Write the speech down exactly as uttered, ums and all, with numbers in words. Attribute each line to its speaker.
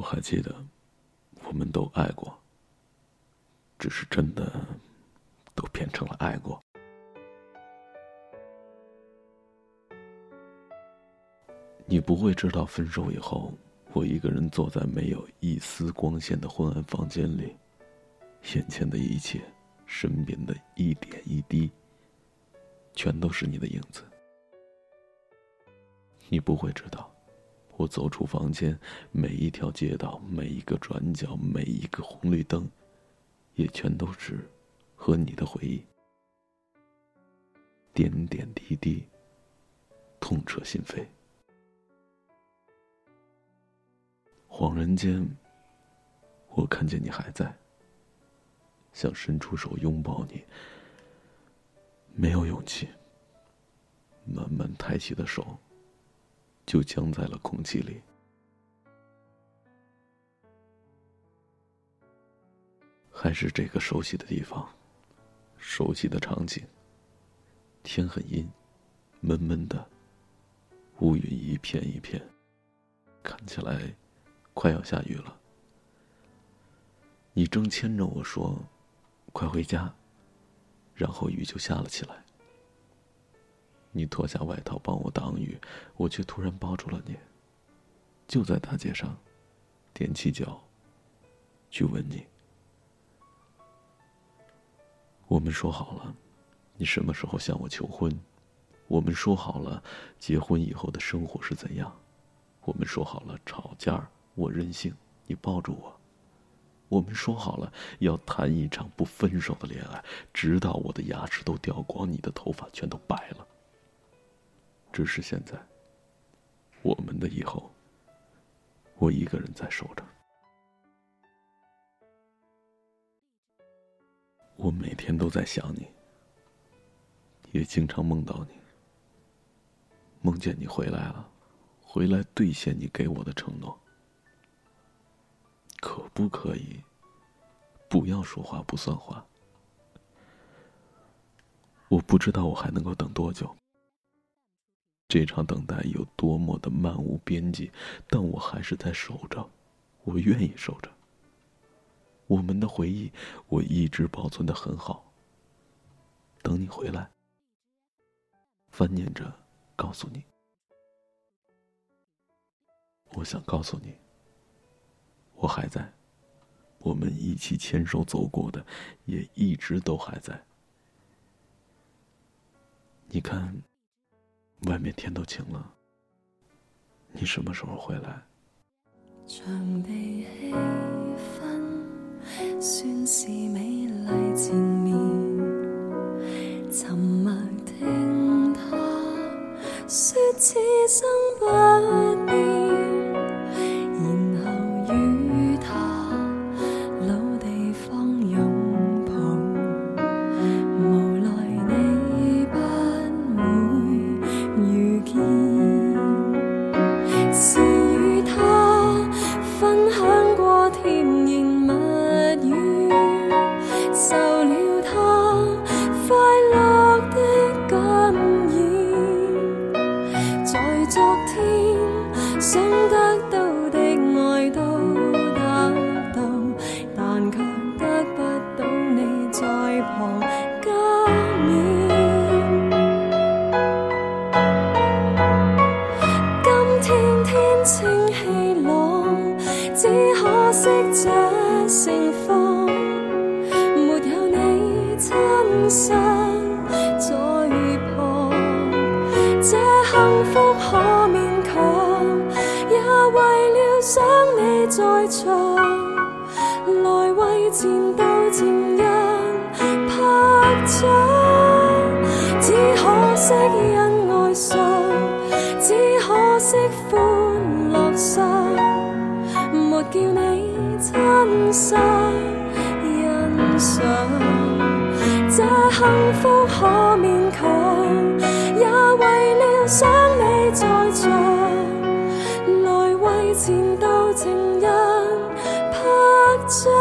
Speaker 1: 还记得我们都爱过，只是真的都变成了爱过。你不会知道分手以后，我一个人坐在没有一丝光线的昏暗房间里，眼前的一切，身边的一点一滴，全都是你的影子。你不会知道，我走出房间，每一条街道，每一个转角，每一个红绿灯，也全都是和你的回忆，点点滴滴，痛彻心扉。恍然间，我看见你还在，想伸出手拥抱你，没有勇气，慢慢抬起的手就僵在了空气里。还是这个熟悉的地方，熟悉的场景，天很阴，闷闷的，乌云一片一片，看起来快要下雨了。你正牵着我说快回家，然后雨就下了起来。你脱下外套帮我挡雨，我却突然抱住了你，就在大街上踮起脚去吻你。我们说好了，你什么时候向我求婚，我们说好了结婚以后的生活是怎样，我们说好了吵架我任性，你抱住我。我们说好了要谈一场不分手的恋爱，直到我的牙齿都掉光，你的头发全都白了。只是现在，我们的以后，我一个人在守着。我每天都在想你，也经常梦到你，梦见你回来了，回来兑现你给我的承诺。可不可以不要说话不算话？我不知道我还能够等多久，这场等待有多么的漫无边际，但我还是在守着，我愿意守着。我们的回忆我一直保存得很好，等你回来，翻念着告诉你。我想告诉你，我还在，我们一起牵手走过的也一直都还在。你看，外面天都晴了，你什么时候回来？
Speaker 2: 场地气氛算是美丽前面，沉默听他说此生不变。想得到的愛都得到，但卻得不到你在旁加冕。今天天清氣朗，只可惜這盛況沒有你親身在旁，這幸福可勉強，也為了想你在場，來為前度情人拍掌。只可惜因愛上，只可惜歡樂上，沒叫你親身欣賞。這幸福可勉強，也為了想你在場，來為前度情人拍掌。